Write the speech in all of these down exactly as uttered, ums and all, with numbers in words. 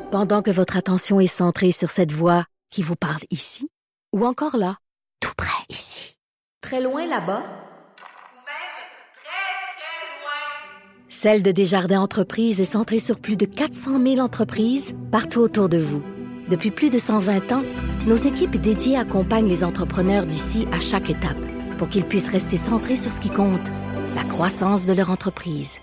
Pendant que votre attention est centrée sur cette voix qui vous parle ici, ou encore là, tout près ici, très loin là-bas, ou même très, très loin, Celle de Desjardins Entreprises est centrée sur plus de quatre cent mille entreprises partout autour de vous. Depuis plus de cent vingt ans, nos équipes dédiées accompagnent les entrepreneurs d'ici à chaque étape pour qu'ils puissent rester centrés sur ce qui compte, la croissance de leur entreprise.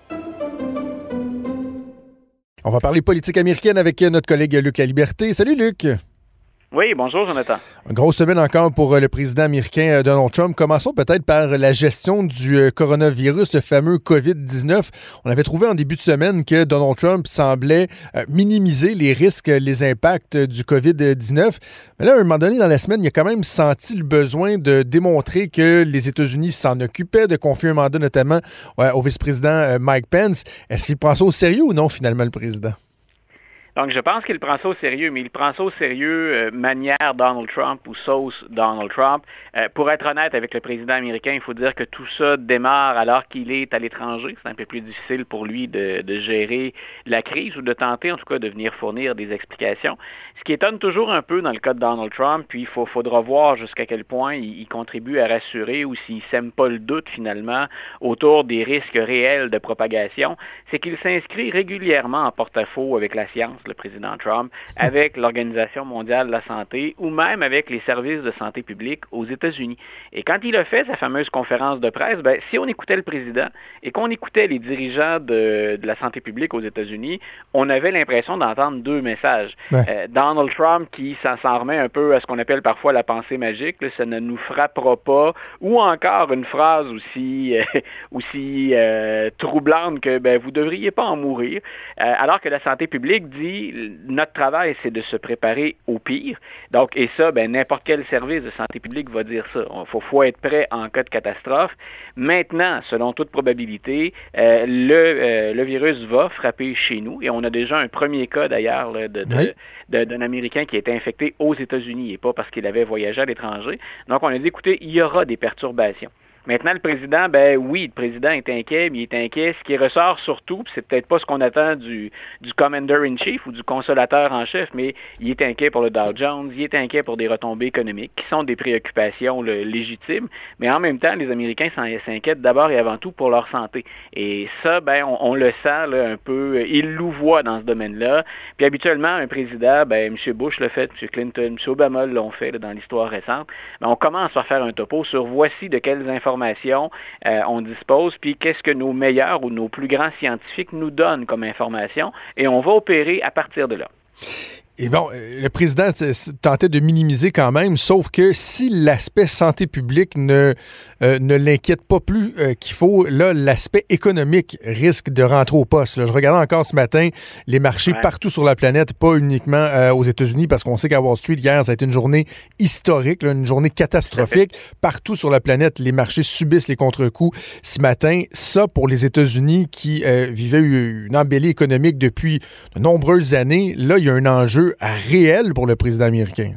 On va parler politique américaine avec notre collègue Luc Laliberté. Salut Luc! Oui, bonjour Jonathan. Une grosse semaine encore pour le président américain Donald Trump. Commençons peut-être par la gestion du coronavirus, le fameux covid dix-neuf. On avait trouvé en début de semaine que Donald Trump semblait minimiser les risques, les impacts du covid dix-neuf. Mais là, à un moment donné dans la semaine, il a quand même senti le besoin de démontrer que les États-Unis s'en occupaient, de confier un mandat notamment au vice-président Mike Pence. Est-ce qu'il prend ça au sérieux ou non, finalement, le président? Donc, je pense qu'il prend ça au sérieux, mais il prend ça au sérieux euh, manière Donald Trump ou sauce Donald Trump. Euh, pour être honnête avec le président américain, il faut dire que tout ça démarre alors qu'il est à l'étranger. C'est un peu plus difficile pour lui de, de gérer la crise ou de tenter, en tout cas, de venir fournir des explications. Ce qui étonne toujours un peu dans le cas de Donald Trump, puis il faut, faudra voir jusqu'à quel point il, il contribue à rassurer ou s'il sème pas le doute, finalement, autour des risques réels de propagation, c'est qu'il s'inscrit régulièrement en porte-à-faux avec la science, le président Trump, avec l'Organisation mondiale de la santé ou même avec les services de santé publique aux États-Unis. Et quand il a fait sa fameuse conférence de presse, ben, si on écoutait le président et qu'on écoutait les dirigeants de, de la santé publique aux États-Unis, on avait l'impression d'entendre deux messages. Ouais. Euh, Donald Trump qui s'en, s'en remet un peu à ce qu'on appelle parfois la pensée magique, là, ça ne nous frappera pas, ou encore une phrase aussi, euh, aussi euh, troublante que ben, vous ne devriez pas en mourir, euh, alors que la santé publique dit notre travail, c'est de se préparer au pire. Donc, et ça, ben, n'importe quel service de santé publique va dire ça. Il faut, faut être prêt en cas de catastrophe. Maintenant, selon toute probabilité, euh, le, euh, le virus va frapper chez nous. Et on a déjà un premier cas, d'ailleurs, là, de, de, oui. de, d'un Américain qui a été infecté aux États-Unis et pas parce qu'il avait voyagé à l'étranger. Donc, on a dit, écoutez, il y aura des perturbations. Maintenant, le président, ben oui, le président est inquiet, mais il est inquiet. Ce qui ressort surtout, puis c'est peut-être pas ce qu'on attend du, du commander-in-chief ou du consolateur en chef, mais il est inquiet pour le Dow Jones, il est inquiet pour des retombées économiques, qui sont des préoccupations là, légitimes, mais en même temps, les Américains s'inquiètent d'abord et avant tout pour leur santé. Et ça, ben, on, on le sent là, un peu, il louvoie dans ce domaine-là. Puis habituellement, un président, ben, M. Bush l'a fait, M. Clinton, M. Obama l'ont fait là, dans l'histoire récente, ben, on commence par faire un topo sur voici de quelles informations Euh, on dispose, puis qu'est-ce que nos meilleurs ou nos plus grands scientifiques nous donnent comme information, et on va opérer à partir de là. Et bon, le président tentait de minimiser quand même, sauf que si l'aspect santé publique ne, euh, ne l'inquiète pas plus euh, qu'il faut, là, l'aspect économique risque de rentrer au poste. Là. Je regardais encore ce matin les marchés ouais. partout sur la planète, pas uniquement euh, aux États-Unis, parce qu'on sait qu'à Wall Street, hier, ça a été une journée historique, là, une journée catastrophique. Partout sur la planète, les marchés subissent les contre-coups ce matin. Ça, pour les États-Unis qui euh, vivaient une embellie économique depuis de nombreuses années, là, il y a un enjeu réel pour le président américain.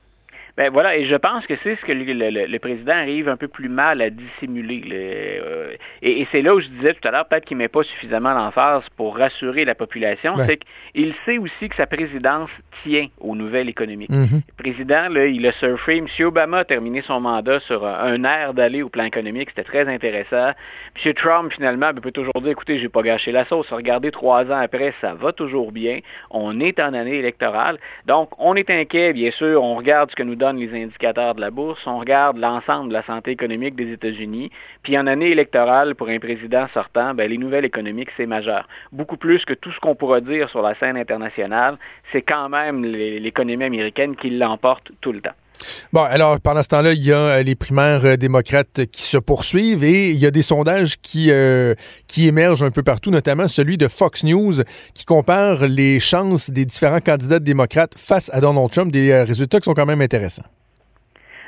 Ben voilà, et je pense que c'est ce que le, le, le président arrive un peu plus mal à dissimuler. Le, euh, et, et c'est là où je disais tout à l'heure, peut-être qu'il ne met pas suffisamment l'emphase pour rassurer la population, ouais. c'est qu'il sait aussi que sa présidence tient aux nouvelles économiques. Mm-hmm. Le président, là, il a surfé. M. Obama a terminé son mandat sur un, un air d'aller au plan économique, c'était très intéressant. M. Trump, finalement, peut toujours dire, écoutez, j'ai pas gâché la sauce. Regardez, trois ans après, ça va toujours bien. On est en année électorale. Donc, on est inquiet, bien sûr, on regarde ce que nous donne les indicateurs de la bourse, on regarde l'ensemble de la santé économique des États-Unis, puis en année électorale, pour un président sortant, ben, les nouvelles économiques, c'est majeur. Beaucoup plus que tout ce qu'on pourra dire sur la scène internationale, c'est quand même l'économie américaine qui l'emporte tout le temps. Bon, alors, pendant ce temps-là, il y a les primaires euh, démocrates qui se poursuivent et il y a des sondages qui, euh, qui émergent un peu partout, notamment celui de Fox News qui compare les chances des différents candidats démocrates face à Donald Trump, des euh, résultats qui sont quand même intéressants.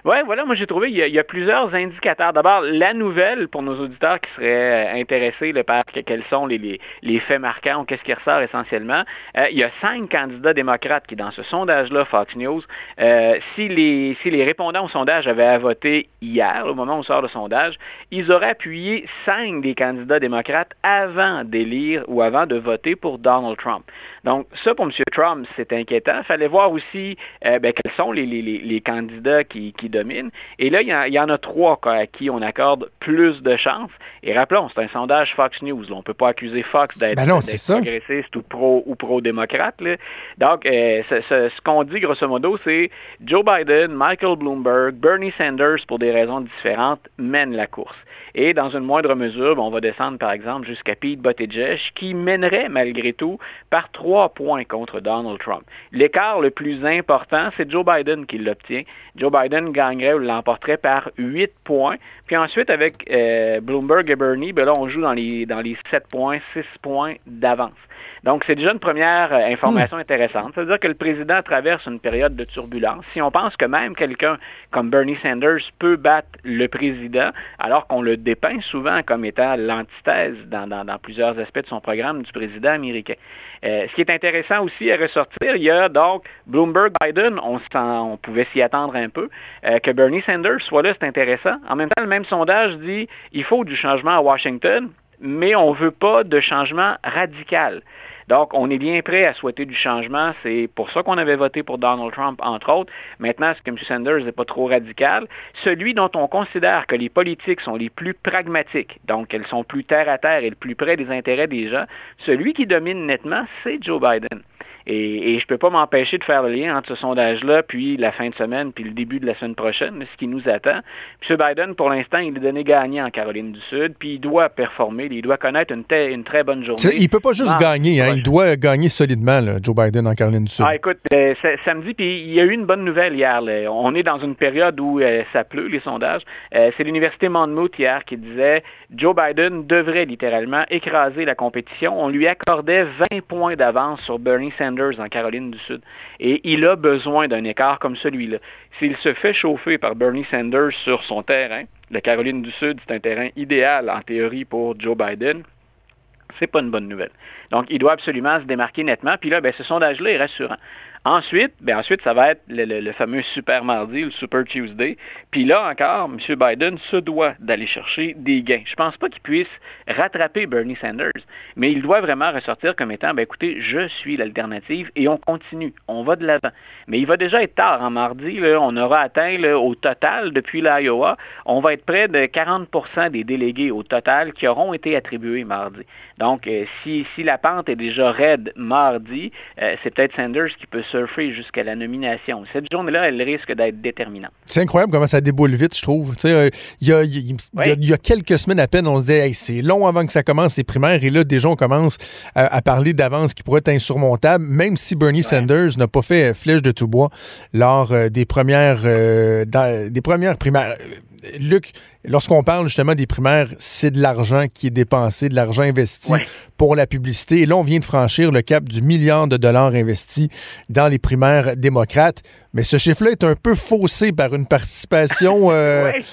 Oui, voilà, moi j'ai trouvé, il y, a, il y a plusieurs indicateurs. D'abord, la nouvelle, pour nos auditeurs qui seraient intéressés là, par quels sont les, les, les faits marquants ou qu'est-ce qui ressort essentiellement, euh, il y a cinq candidats démocrates qui, dans ce sondage-là, Fox News, euh, si, les, si les répondants au sondage avaient à voter hier, au moment où sort le sondage, ils auraient appuyé cinq des candidats démocrates avant d'élire ou avant de voter pour Donald Trump. Donc, ça, pour M. Trump, c'est inquiétant. Il fallait voir aussi euh, ben, quels sont les, les, les candidats qui, qui dominent. Et là, il y, en, il y en a trois quoi, à qui on accorde plus de chances. Et rappelons, c'est un sondage Fox News. Là. On ne peut pas accuser Fox d'être, ben non, d'être progressiste ou pro ou pro-démocrate. Là. Donc, euh, ce, ce, ce qu'on dit, grosso modo, c'est Joe Biden, Michael Bloomberg, Bernie Sanders, pour des raisons différentes, mènent la course. Et dans une moindre mesure, on va descendre, par exemple, jusqu'à Pete Buttigieg, qui mènerait, malgré tout, par trois points contre Donald Trump. L'écart le plus important, c'est Joe Biden qui l'obtient. Joe Biden gagnerait ou l'emporterait par huit points. Puis ensuite, avec euh, Bloomberg et Bernie, ben là, on joue dans les, dans les sept points, six points d'avance. Donc, c'est déjà une première euh, information mmh. intéressante. Ça veut dire que le président traverse une période de turbulence. Si on pense que même quelqu'un comme Bernie Sanders peut battre le président, alors qu'on le dépeint souvent comme étant l'antithèse dans, dans, dans plusieurs aspects de son programme du président américain. Euh, ce qui est intéressant aussi à ressortir, il y a donc Bloomberg-Biden, on, on pouvait s'y attendre un peu, euh, que Bernie Sanders soit là, c'est intéressant. En même temps, le même sondage dit il faut du changement à Washington, mais on ne veut pas de changement radical. Donc, on est bien prêt à souhaiter du changement. C'est pour ça qu'on avait voté pour Donald Trump, entre autres. Maintenant, est-ce que M. Sanders n'est pas trop radical? Celui dont on considère que les politiques sont les plus pragmatiques, donc elles sont plus terre-à-terre et le plus près des intérêts des gens, celui qui domine nettement, c'est Joe Biden. Et, et je ne peux pas m'empêcher de faire le lien entre ce sondage-là, puis la fin de semaine, puis le début de la semaine prochaine, ce qui nous attend. M. Biden, pour l'instant, il est donné gagnant en Caroline du Sud, puis il doit performer, il doit connaître une, te- une très bonne journée. Il ne peut pas juste non, gagner, hein, il doit gagner solidement, là, Joe Biden en Caroline du Sud. Ah, écoute, euh, samedi, puis il y a eu une bonne nouvelle hier. Là. On est dans une période où euh, ça pleut, les sondages. Euh, c'est l'Université Monmouth hier qui disait Joe Biden devrait littéralement écraser la compétition. On lui accordait vingt points d'avance sur Bernie Sanders en Caroline du Sud. Et il a besoin d'un écart comme celui-là. S'il se fait chauffer par Bernie Sanders sur son terrain, la Caroline du Sud, c'est un terrain idéal en théorie pour Joe Biden, c'est pas une bonne nouvelle. Donc, il doit absolument se démarquer nettement. Puis là, ben, ce sondage-là est rassurant. Ensuite, ben ensuite, ça va être le, le, le fameux Super Mardi, le Super Tuesday. Puis là encore, M. Biden se doit d'aller chercher des gains. Je pense pas qu'il puisse rattraper Bernie Sanders, mais il doit vraiment ressortir comme étant, ben écoutez, je suis l'alternative et on continue, on va de l'avant. Mais il va déjà être tard en mardi, là, on aura atteint là, au total, depuis l'Iowa, on va être près de quarante pour cent des délégués au total qui auront été attribués mardi. Donc, euh, si, si la pente est déjà raide mardi, euh, c'est peut-être Sanders qui peut surfer jusqu'à la nomination. Cette journée-là, elle risque d'être déterminante. C'est incroyable comment ça déboule vite, je trouve. Il euh, y, a, y, oui. y, y a quelques semaines à peine, on se disait hey, c'est long avant que ça commence les primaires, et là, déjà, on commence à, à parler d'avance qui pourrait être insurmontable, même si Bernie ouais. Sanders n'a pas fait flèche de tout bois lors euh, des premières euh, dans, des premières primaires. Luc, lorsqu'on parle justement des primaires, c'est de l'argent qui est dépensé, de l'argent investi ouais. pour la publicité. Et là, on vient de franchir le cap du milliard de dollars investis dans les primaires démocrates. Mais ce chiffre-là est un peu faussé par une participation euh, ouais.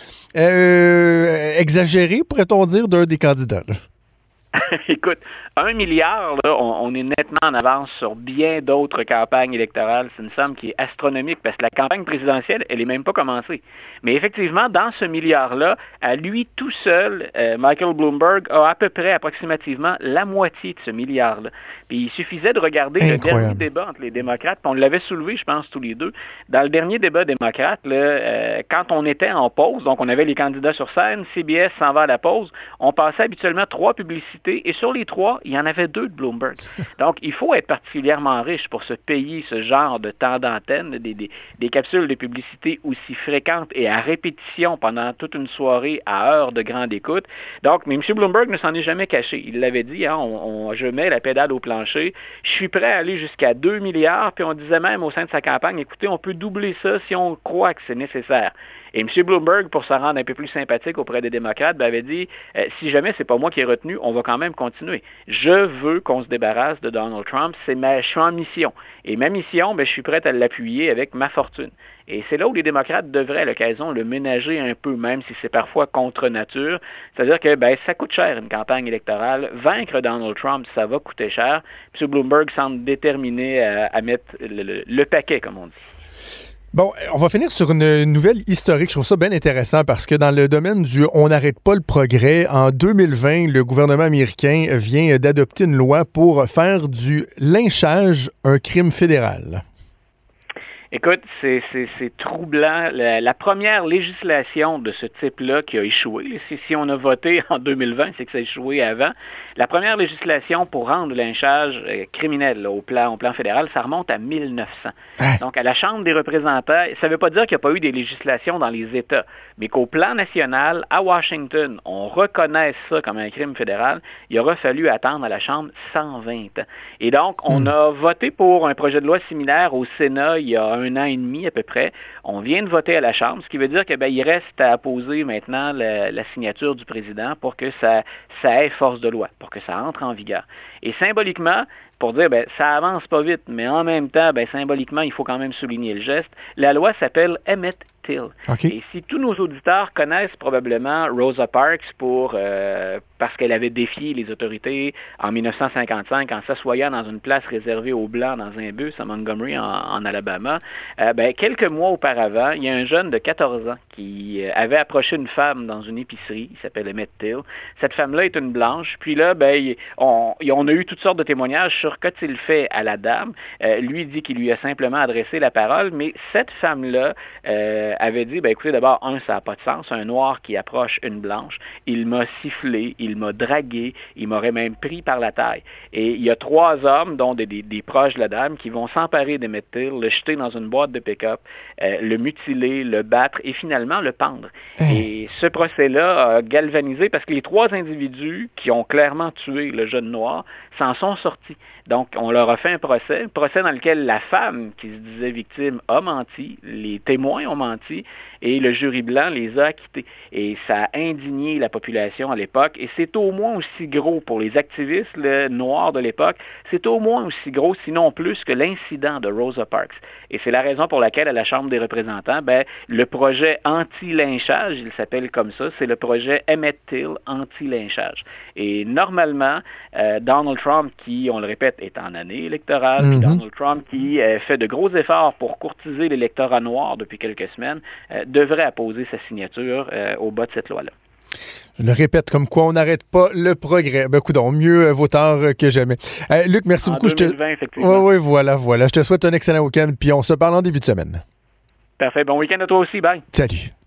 euh, exagérée, pourrait-on dire, d'un des candidats. Là. Écoute, un milliard, là, on, on est nettement en avance sur bien d'autres campagnes électorales. C'est une somme qui est astronomique parce que la campagne présidentielle, elle n'est même pas commencée. Mais effectivement, dans ce milliard-là, à lui tout seul, euh, Michael Bloomberg a à peu près approximativement la moitié de ce milliard-là. Puis il suffisait de regarder Incroyable. le dernier débat entre les démocrates, puis on l'avait soulevé, je pense, tous les deux. Dans le dernier débat démocrate, là, euh, quand on était en pause, donc on avait les candidats sur scène, C B S s'en va à la pause, on passait habituellement trois publicités, et sur les trois, il y en avait deux de Bloomberg. Donc, il faut être particulièrement riche pour se payer ce genre de temps d'antenne, des, des, des capsules de publicité aussi fréquentes et à répétition pendant toute une soirée à heure de grande écoute. Donc, mais M. Bloomberg ne s'en est jamais caché. Il l'avait dit, hein, on, on, je mets la pédale au plancher, je suis prêt à aller jusqu'à deux milliards, puis on disait même au sein de sa campagne, écoutez, on peut doubler ça si on croit que c'est nécessaire. Et M. Bloomberg, pour se rendre un peu plus sympathique auprès des démocrates, ben, avait dit, euh, si jamais c'est pas moi qui ai retenu, on va quand même continuer. Je veux qu'on se débarrasse de Donald Trump, c'est ma, je suis en mission. Et ma mission, ben, je suis prêt à l'appuyer avec ma fortune. Et c'est là où les démocrates devraient, à l'occasion, le ménager un peu, même si c'est parfois contre nature. C'est-à-dire que ben, ça coûte cher, une campagne électorale. Vaincre Donald Trump, ça va coûter cher. M. Bloomberg semble déterminé à, à mettre le, le, le paquet, comme on dit. Bon, on va finir sur une nouvelle historique. Je trouve ça bien intéressant parce que dans le domaine du « on n'arrête pas le progrès », en deux mille vingt, le gouvernement américain vient d'adopter une loi pour faire du lynchage un crime fédéral. Écoute, c'est, c'est, c'est troublant. La, la première législation de ce type-là qui a échoué, si, si on a voté en deux mille vingt, c'est que ça a échoué avant. La première législation pour rendre le lynchage euh, criminel là, au, plan, au plan fédéral, ça remonte à mille neuf cents. Hein? Donc, à la Chambre des représentants, ça ne veut pas dire qu'il n'y a pas eu des législations dans les États, mais qu'au plan national, à Washington, on reconnaisse ça comme un crime fédéral, il aura fallu attendre à la Chambre cent vingt ans. Et donc, on mmh. a voté pour un projet de loi similaire au Sénat il y a un an et demi à peu près. On vient de voter à la Chambre, ce qui veut dire que ben, il reste à apposer maintenant la, la signature du président pour que ça, ça ait force de loi, pour que ça entre en vigueur. Et symboliquement, pour dire, ben, ça avance pas vite, mais en même temps, ben, symboliquement, il faut quand même souligner le geste. La loi s'appelle Emmett Till. Okay. Et si tous nos auditeurs connaissent probablement Rosa Parks pour euh, parce qu'elle avait défié les autorités en dix-neuf cent cinquante-cinq en s'assoyant dans une place réservée aux Blancs dans un bus à Montgomery, en, en Alabama, euh, ben, quelques mois auparavant, il y a un jeune de quatorze ans qui avait approché une femme dans une épicerie, il s'appelle Emmett Till. Cette femme-là est une blanche, puis là, ben, on, on a eu toutes sortes de témoignages sur qu'a-t-il fait à la dame. Euh, lui dit qu'il lui a simplement adressé la parole, mais cette femme-là euh, avait dit, ben écoutez, d'abord, un, ça n'a pas de sens, un noir qui approche une blanche, il m'a sifflé, il m'a dragué, il m'aurait même pris par la taille. Et il y a trois hommes, dont des, des, des proches de la dame, qui vont s'emparer d'Emmett Till, le jeter dans une boîte de pick-up, euh, le mutiler, le battre et finalement le pendre. Mmh. Et ce procès-là a galvanisé parce que les trois individus qui ont clairement tué le jeune noir s'en sont sortis. Donc, on leur a fait un procès, un procès dans lequel la femme qui se disait victime a menti, les témoins ont menti, et le jury blanc les a acquittés. Et ça a indigné la population à l'époque, et c'est au moins aussi gros pour les activistes le, noirs de l'époque, c'est au moins aussi gros, sinon plus, que l'incident de Rosa Parks. Et c'est la raison pour laquelle, à la Chambre des représentants, ben, le projet anti-lynchage, il s'appelle comme ça, c'est le projet Emmett Till anti-lynchage. Et normalement, euh, Donald Trump, qui, on le répète, est en année électorale, mm-hmm. Donald Trump, qui euh, fait de gros efforts pour courtiser l'électorat noir depuis quelques semaines, euh, devrait apposer sa signature euh, au bas de cette loi-là. Je le répète, comme quoi on n'arrête pas le progrès. Ben, coudonc, mieux vaut tard que jamais. Euh, Luc, merci en beaucoup. deux mille vingt, je te... effectivement. Oui, oui, voilà, voilà. Je te souhaite un excellent week-end, puis on se parle en début de semaine. Parfait. Bon week-end à toi aussi. Bye. Salut.